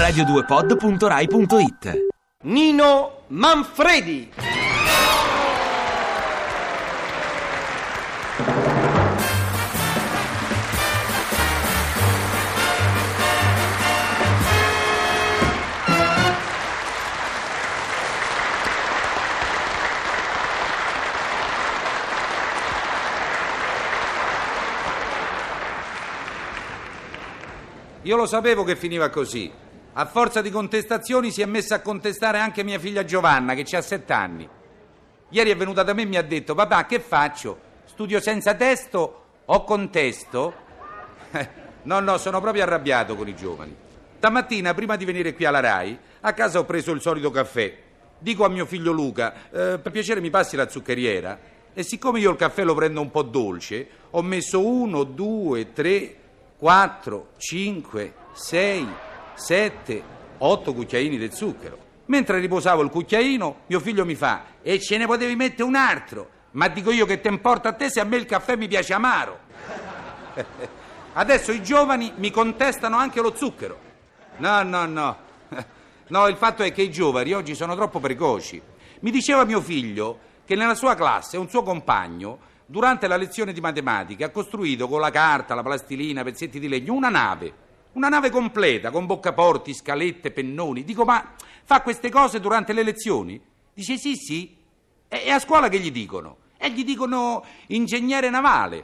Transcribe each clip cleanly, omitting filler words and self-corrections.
radio2pod.rai.it. Nino Manfredi. Io lo sapevo che finiva così. A forza di contestazioni si è messa a contestare anche mia figlia Giovanna, che ha 7 anni. Ieri è venuta da me e mi ha detto: papà, che faccio? Studio senza testo o contesto? No, sono proprio arrabbiato con i giovani. Stamattina, prima di venire qui alla Rai, a casa ho preso il solito caffè. Dico a mio figlio Luca: per piacere mi passi la zuccheriera? E siccome io il caffè lo prendo un po' dolce, ho messo 1, 2, 3... 4, 5, 6, 7, 8 cucchiaini di zucchero. Mentre riposavo il cucchiaino, mio figlio mi fa: e ce ne potevi mettere un altro? Ma dico io, che te importa a te se a me il caffè mi piace amaro? Adesso i giovani mi contestano anche lo zucchero. No, il fatto è che i giovani oggi sono troppo precoci. Mi diceva mio figlio che nella sua classe un suo compagno, durante la lezione di matematica, ha costruito con la carta, la plastilina, pezzetti di legno una nave completa, con boccaporti, scalette, pennoni. Dico: ma fa queste cose durante le lezioni? Dice: sì. E a scuola che gli dicono? Gli dicono ingegnere navale.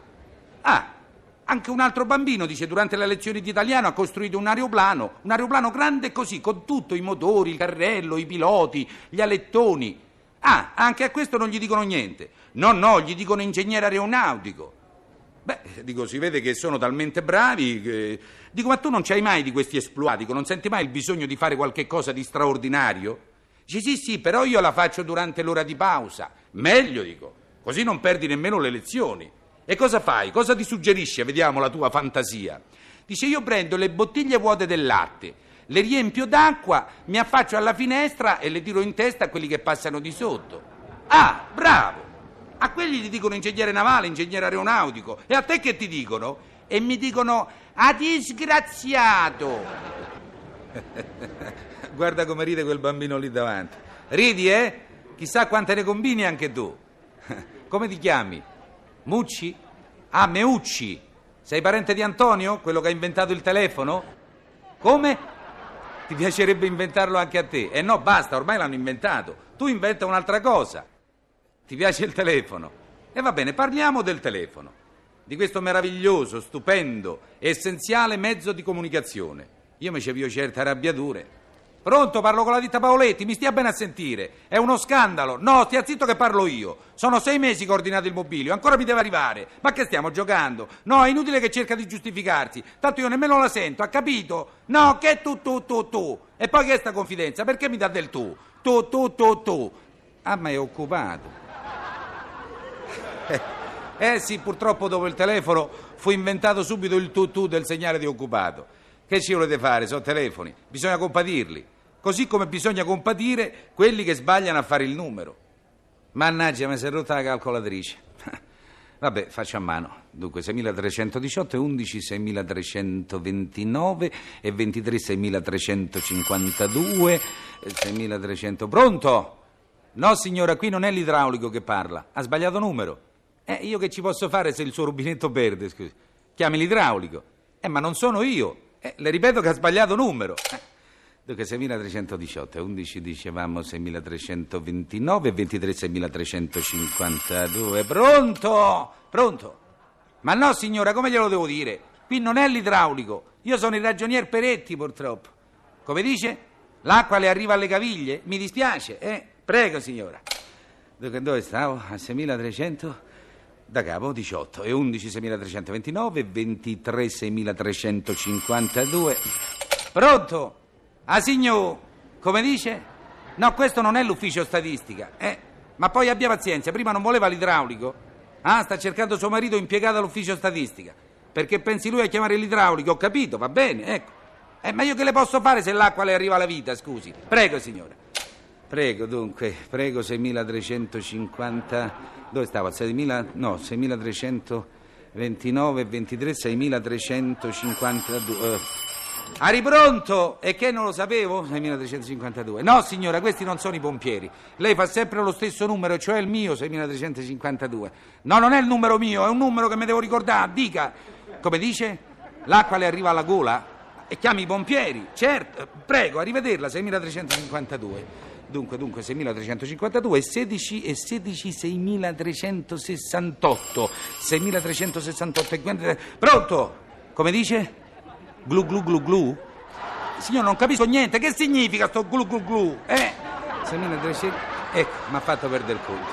Anche un altro bambino, dice, durante le lezioni di italiano ha costruito un aeroplano grande così, con tutto, i motori, il carrello, i piloti, gli alettoni. Anche a questo non gli dicono niente. No, gli dicono ingegnere aeronautico. Dico, si vede che sono talmente bravi che... Dico, ma tu non c'hai mai di questi esploiti? Non senti mai il bisogno di fare qualche cosa di straordinario? Dice: sì, però io la faccio durante l'ora di pausa. Meglio, dico, così non perdi nemmeno le lezioni. E cosa fai? Cosa ti suggerisce? Vediamo la tua fantasia. Dice: io prendo le bottiglie vuote del latte, le riempio d'acqua, mi affaccio alla finestra e le tiro in testa a quelli che passano di sotto. Bravo! A quelli gli dicono ingegnere navale, ingegnere aeronautico. E a te che ti dicono? E mi dicono: disgraziato! Guarda come ride quel bambino lì davanti. Ridi, eh? Chissà quante ne combini anche tu. Come ti chiami? Mucci? Meucci. Sei parente di Antonio, quello che ha inventato il telefono? Come? Ti piacerebbe inventarlo anche a te? No, basta, ormai l'hanno inventato. Tu inventa un'altra cosa. Ti piace il telefono? E va bene, parliamo del telefono, di questo meraviglioso, stupendo, essenziale mezzo di comunicazione. Io mi c'avio certe arrabbiature. Pronto, parlo con la ditta Paoletti, mi stia bene a sentire. È uno scandalo. No, stia zitto che parlo io. Sono 6 mesi che ho ordinato il mobilio, ancora mi deve arrivare. Ma che stiamo giocando? No, è inutile che cerca di giustificarsi, tanto io nemmeno la sento, ha capito? No, che tu. E poi che è sta confidenza? Perché mi dà del tu? Tu. Ma è occupato. Sì, purtroppo dopo il telefono fu inventato subito il tu del segnale di occupato. Che ci volete fare? Sono telefoni, bisogna compatirli. Così come bisogna compatire quelli che sbagliano a fare il numero. Mannaggia, mi si è rotta la calcolatrice. Vabbè, faccio a mano. Dunque, 6318 e 11 6329 e 23 6352 6300. Pronto? No, signora, qui non è l'idraulico che parla. Ha sbagliato numero. Io che ci posso fare se il suo rubinetto perde, scusi? Chiami l'idraulico. Ma non sono io. Le ripeto che ha sbagliato numero. Dunque 6318, 11 dicevamo 6329 e 23 6352. Pronto? Ma no, signora, come glielo devo dire? Qui non è l'idraulico. Io sono il ragionier Peretti, purtroppo. Come dice? L'acqua le arriva alle caviglie? Mi dispiace, Prego, signora. Dunque, dove stavo? A 6300... Da capo 18 e 11 6329 e 23 6352. Pronto? Signor, come dice? No, questo non è l'ufficio statistica. Ma poi abbia pazienza, prima non voleva l'idraulico? Sta cercando suo marito impiegato all'ufficio statistica. Perché pensi lui a chiamare l'idraulico, ho capito, va bene, ecco. Ma io che le posso fare se l'acqua le arriva alla vita, scusi? Prego, signora. Prego, dunque, 6350... Dove stavo? 6329 e 23 6352. Ari pronto? E che non lo sapevo? 6352. No signora, questi non sono i pompieri. Lei fa sempre lo stesso numero, cioè il mio 6352. No, non è il numero mio, è un numero che mi devo ricordare. Dica. Come dice? L'acqua le arriva alla gola? E chiami i pompieri. Certo, prego, arrivederla 6352. Dunque 6352 e 16 6368. 6368 Pronto? Come dice? Glu glu glu glu? Signor, non capisco niente. Che significa sto glu glu glu? 6300. Ecco, mi ha fatto perdere il conto.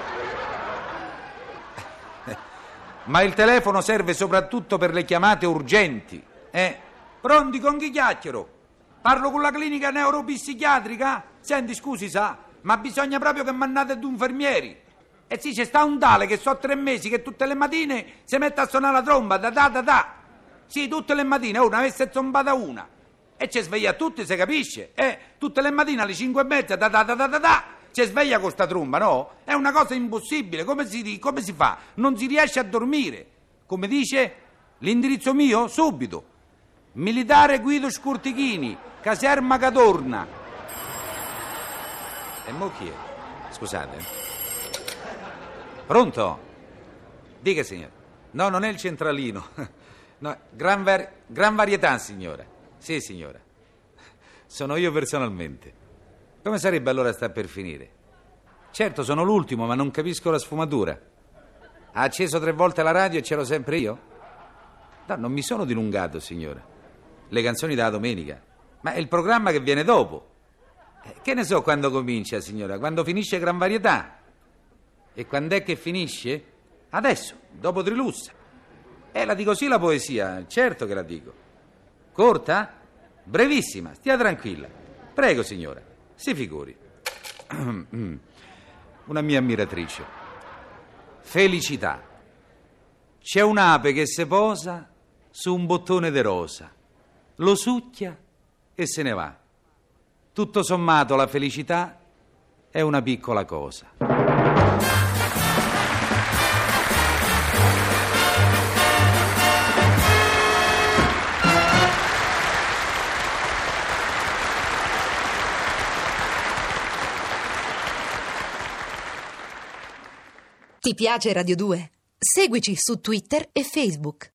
Ma il telefono serve soprattutto per le chiamate urgenti. Pronti, con chi chiacchiero? Parlo con la clinica neuropsichiatrica? Senti, scusi, sa, ma bisogna proprio che mandate due infermieri. E sì, c'è sta un tale che so 3 mesi che tutte le mattine si mette a suonare la tromba, da. Sì, tutte le mattine, ne avesse zombata una. E ci sveglia tutti, si capisce? Tutte le mattine alle 5:30, da. Ci sveglia con sta tromba, no? È una cosa impossibile, come si fa? Non si riesce a dormire. Come dice? L'indirizzo mio? Subito. Militare Guido Scurtichini, caserma Cadorna. E mo chi è? Scusate. Pronto? Dica, signora. No, non è il centralino. No, gran varietà, signora. Sì, signora. Sono io personalmente. Come sarebbe allora sta per finire? Certo, sono l'ultimo, ma non capisco la sfumatura. Ha acceso 3 volte la radio e c'ero sempre io? No, non mi sono dilungato, signora. Le canzoni della domenica. Ma è il programma che viene dopo. Che ne so quando comincia, signora? Quando finisce Gran Varietà? E quando è che finisce? Adesso, dopo Trilussa. La dico sì la poesia, certo che la dico. Corta? Brevissima, stia tranquilla. Prego, signora, si figuri. Una mia ammiratrice. Felicità. C'è un'ape che si posa su un bottone de rosa, lo succhia e se ne va. Tutto sommato la felicità è una piccola cosa. Ti piace Radio 2? Seguici su Twitter e Facebook.